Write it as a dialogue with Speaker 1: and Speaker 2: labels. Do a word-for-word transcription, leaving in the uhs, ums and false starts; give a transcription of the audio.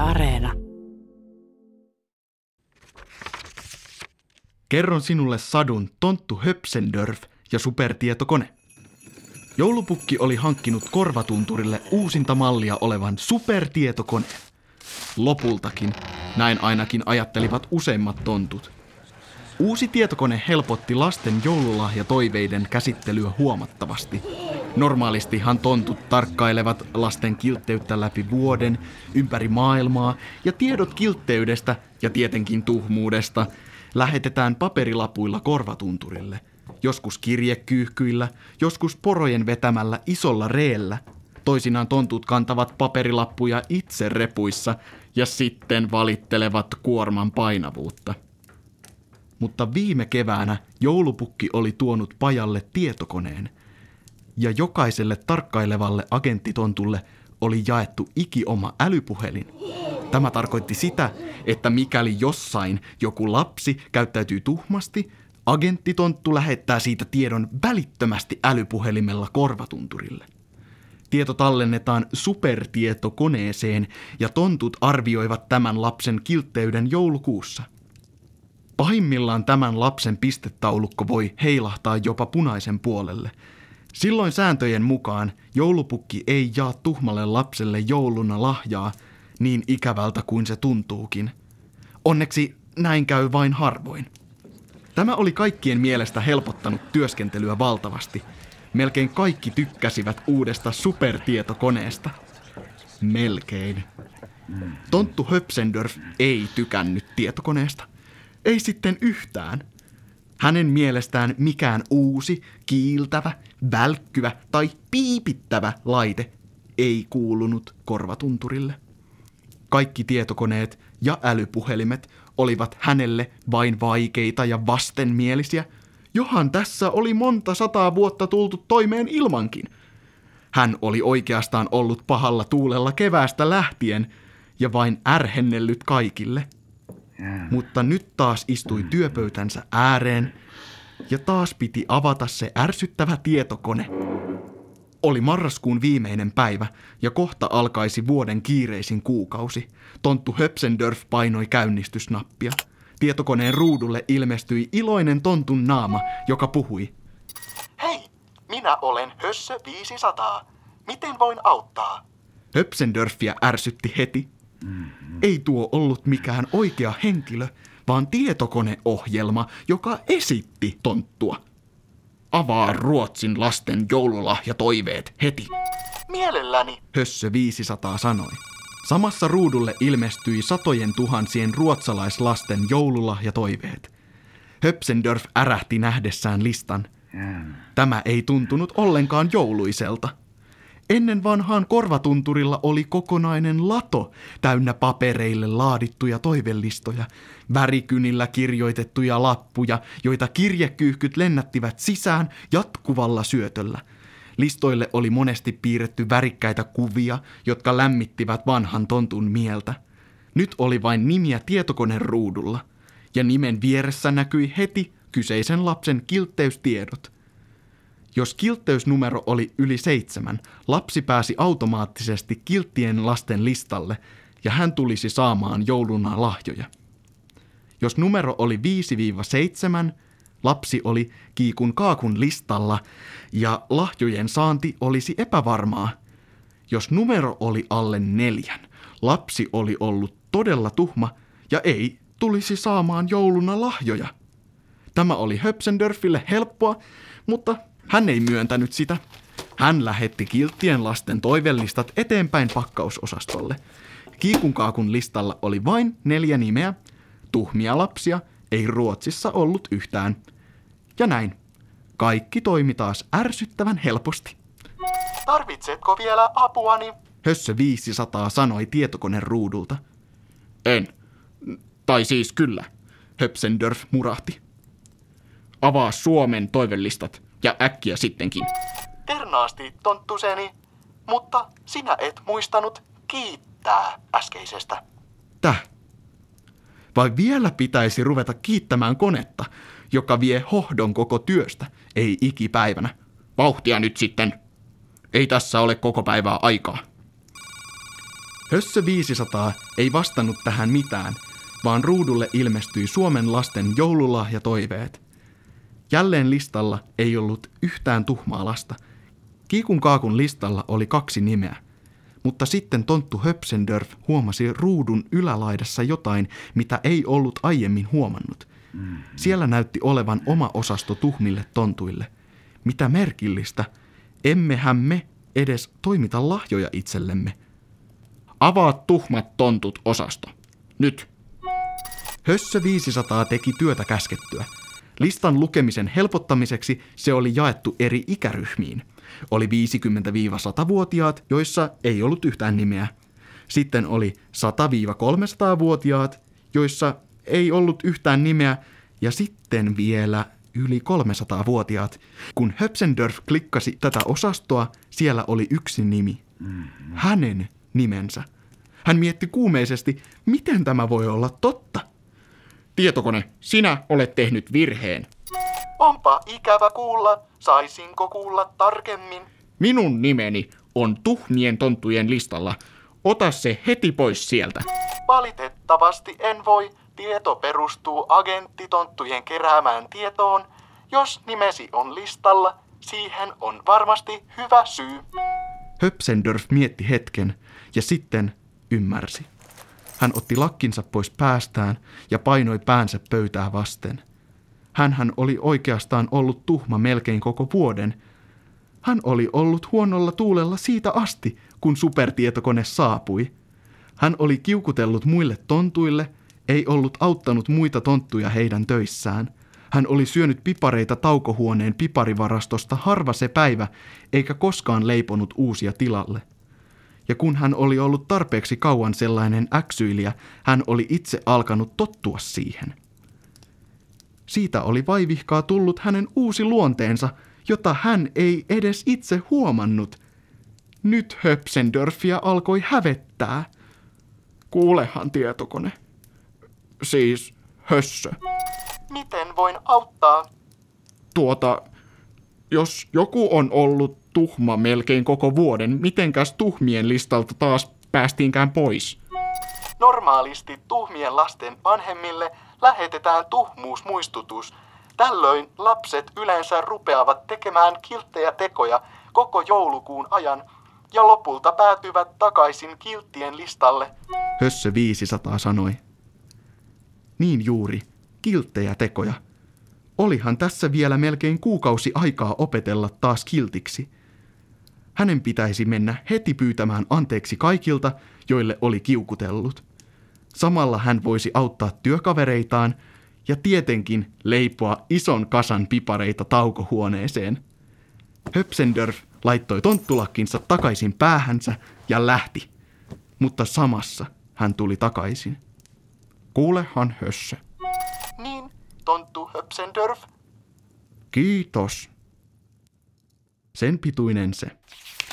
Speaker 1: Areena.
Speaker 2: Kerron sinulle sadun Tonttu Höpsendörf ja supertietokone. Joulupukki oli hankkinut Korvatunturille uusinta mallia olevan supertietokone. Lopultakin, näin ainakin ajattelivat useimmat tontut. Uusi tietokone helpotti lasten joululahjatoiveiden käsittelyä huomattavasti. Normaalistihan tontut tarkkailevat lasten kiltteyttä läpi vuoden, ympäri maailmaa, ja tiedot kiltteydestä ja tietenkin tuhmuudesta lähetetään paperilapuilla Korvatunturille. Joskus kirjekyyhkyillä, joskus porojen vetämällä isolla reellä. Toisinaan tontut kantavat paperilappuja itse repuissa ja sitten valittelevat kuorman painavuutta. Mutta viime keväänä joulupukki oli tuonut pajalle tietokoneen, ja jokaiselle tarkkailevalle agenttitontulle oli jaettu ikioma älypuhelin. Tämä tarkoitti sitä, että mikäli jossain joku lapsi käyttäytyy tuhmasti, agenttitonttu lähettää siitä tiedon välittömästi älypuhelimella Korvatunturille. Tieto tallennetaan supertietokoneeseen ja tontut arvioivat tämän lapsen kiltteyden joulukuussa. Pahimmillaan tämän lapsen pistetaulukko voi heilahtaa jopa punaisen puolelle. Silloin sääntöjen mukaan joulupukki ei jaa tuhmalle lapselle jouluna lahjaa, niin ikävältä kuin se tuntuukin. Onneksi näin käy vain harvoin. Tämä oli kaikkien mielestä helpottanut työskentelyä valtavasti. Melkein kaikki tykkäsivät uudesta supertietokoneesta. Melkein. Tonttu Höpsendörf ei tykännyt tietokoneesta. Ei sitten yhtään. Hänen mielestään mikään uusi, kiiltävä, välkkyvä tai piipittävä laite ei kuulunut Korvatunturille. Kaikki tietokoneet ja älypuhelimet olivat hänelle vain vaikeita ja vastenmielisiä, johan tässä oli monta sataa vuotta tultu toimeen ilmankin. Hän oli oikeastaan ollut pahalla tuulella keväästä lähtien ja vain ärhennellyt kaikille. Mutta nyt taas istui työpöytänsä ääreen ja taas piti avata se ärsyttävä tietokone. Oli marraskuun viimeinen päivä ja kohta alkaisi vuoden kiireisin kuukausi. Tonttu Höpsendörf painoi käynnistysnappia. Tietokoneen ruudulle ilmestyi iloinen tontun naama, joka puhui.
Speaker 3: Hei, minä olen Hössö viisisataa. Miten voin auttaa?
Speaker 2: Höpsendörfiä ärsytti heti. Mm-hmm. Ei tuo ollut mikään oikea henkilö, vaan tietokoneohjelma, joka esitti tonttua. Avaa Ruotsin lasten joululahjatoiveet heti.
Speaker 3: Mielelläni,
Speaker 2: Hössö viisisataa sanoi. Samassa ruudulle ilmestyi satojen tuhansien ruotsalaislasten joululahjatoiveet. Höpsendörf ärähti nähdessään listan. Tämä ei tuntunut ollenkaan jouluiselta. Ennen vanhaan Korvatunturilla oli kokonainen lato täynnä papereille laadittuja toivelistoja, värikynillä kirjoitettuja lappuja, joita kirjekyyhkyt lennättivät sisään jatkuvalla syötöllä. Listoille oli monesti piirretty värikkäitä kuvia, jotka lämmittivät vanhan tontun mieltä. Nyt oli vain nimiä tietokoneen ruudulla, ja nimen vieressä näkyi heti kyseisen lapsen kiltteystiedot. Jos kiltteysnumero oli yli seitsemän, lapsi pääsi automaattisesti kilttien lasten listalle ja hän tulisi saamaan jouluna lahjoja. Jos numero oli viisi seitsemän, lapsi oli kiikun kaakun listalla ja lahjojen saanti olisi epävarmaa. Jos numero oli alle neljän, lapsi oli ollut todella tuhma ja ei tulisi saamaan jouluna lahjoja. Tämä oli Höpsendörfille helppoa, mutta hän ei myöntänyt sitä. Hän lähetti kilttien lasten toivelistat eteenpäin pakkausosastolle. Kiikunkaakun listalla oli vain neljä nimeä. Tuhmia lapsia ei Ruotsissa ollut yhtään. Ja näin. Kaikki toimi taas ärsyttävän helposti.
Speaker 3: Tarvitsetko vielä apuani?
Speaker 2: Hössö viisisataa sanoi tietokoneen ruudulta. En. Tai siis kyllä. Höpsendörf murahti. Avaa Suomen toivelistat. Ja äkkiä sittenkin.
Speaker 3: Ternaasti, tonttuseni, mutta sinä et muistanut kiittää äskeisestä.
Speaker 2: Täh? Vai vielä pitäisi ruveta kiittämään konetta, joka vie hohdon koko työstä, ei ikipäivänä. Vauhtia nyt sitten. Ei tässä ole koko päivää aikaa. Hössö viisisataa ei vastannut tähän mitään, vaan ruudulle ilmestyi Suomen lasten joululahjatoiveet. Jälleen listalla ei ollut yhtään tuhmaa lasta. Kiikun kaakun listalla oli kaksi nimeä. Mutta sitten tonttu Höpsendörf huomasi ruudun ylälaidassa jotain, mitä ei ollut aiemmin huomannut. Siellä näytti olevan oma osasto tuhmille tontuille. Mitä merkillistä, emmehän me edes toimita lahjoja itsellemme. Avaa tuhmat tontut osasto. Nyt. Hössö viisisataa teki työtä käskettyä. Listan lukemisen helpottamiseksi se oli jaettu eri ikäryhmiin. Oli viisikymmentä-sata-vuotiaat, joissa ei ollut yhtään nimeä. Sitten oli sata-kolmesataa-vuotiaat, joissa ei ollut yhtään nimeä. Ja sitten vielä yli kolmesataa-vuotiaat. Kun Höpsendörf klikkasi tätä osastoa, siellä oli yksi nimi. Hänen nimensä. Hän mietti kuumeisesti, miten tämä voi olla totta. Tietokone, sinä olet tehnyt virheen.
Speaker 3: Onpa ikävä kuulla. Saisinko kuulla tarkemmin?
Speaker 2: Minun nimeni on tuhmien tonttujen listalla. Ota se heti pois sieltä.
Speaker 3: Valitettavasti en voi. Tieto perustuu agenttitonttujen keräämään tietoon. Jos nimesi on listalla, siihen on varmasti hyvä syy.
Speaker 2: Höpsendörf mietti hetken ja sitten ymmärsi. Hän otti lakkinsa pois päästään ja painoi päänsä pöytää vasten. Hänhän oli oikeastaan ollut tuhma melkein koko vuoden. Hän oli ollut huonolla tuulella siitä asti, kun supertietokone saapui. Hän oli kiukutellut muille tontuille, ei ollut auttanut muita tonttuja heidän töissään. Hän oli syönyt pipareita taukohuoneen piparivarastosta harva se päivä, eikä koskaan leiponut uusia tilalle. Ja kun hän oli ollut tarpeeksi kauan sellainen äksyilijä, hän oli itse alkanut tottua siihen. Siitä oli vaivihkaa tullut hänen uusi luonteensa, jota hän ei edes itse huomannut. Nyt Höpsendörfiä alkoi hävettää. Kuulehan tietokone. Siis Hössö.
Speaker 3: Miten voin auttaa?
Speaker 2: Tuota, jos joku on ollut tuhma melkein koko vuoden, mitenkäs tuhmien listalta taas päästiinkään pois?
Speaker 3: Normaalisti tuhmien lasten vanhemmille lähetetään tuhmuusmuistutus. Tällöin lapset yleensä rupeavat tekemään kilttejä tekoja koko joulukuun ajan ja lopulta päätyvät takaisin kilttien listalle.
Speaker 2: Hössö viisisataa sanoi. Niin juuri, kilttejä tekoja. Olihan tässä vielä melkein kuukausi aikaa opetella taas kiltiksi. Hänen pitäisi mennä heti pyytämään anteeksi kaikilta, joille oli kiukutellut. Samalla hän voisi auttaa työkavereitaan ja tietenkin leipoa ison kasan pipareita taukohuoneeseen. Höpsendörf laittoi tonttulakkinsa takaisin päähänsä ja lähti, mutta samassa hän tuli takaisin. Kuulehan Hössö.
Speaker 3: Niin, tonttu Höpsendörf.
Speaker 2: Kiitos. Sen pituinen se.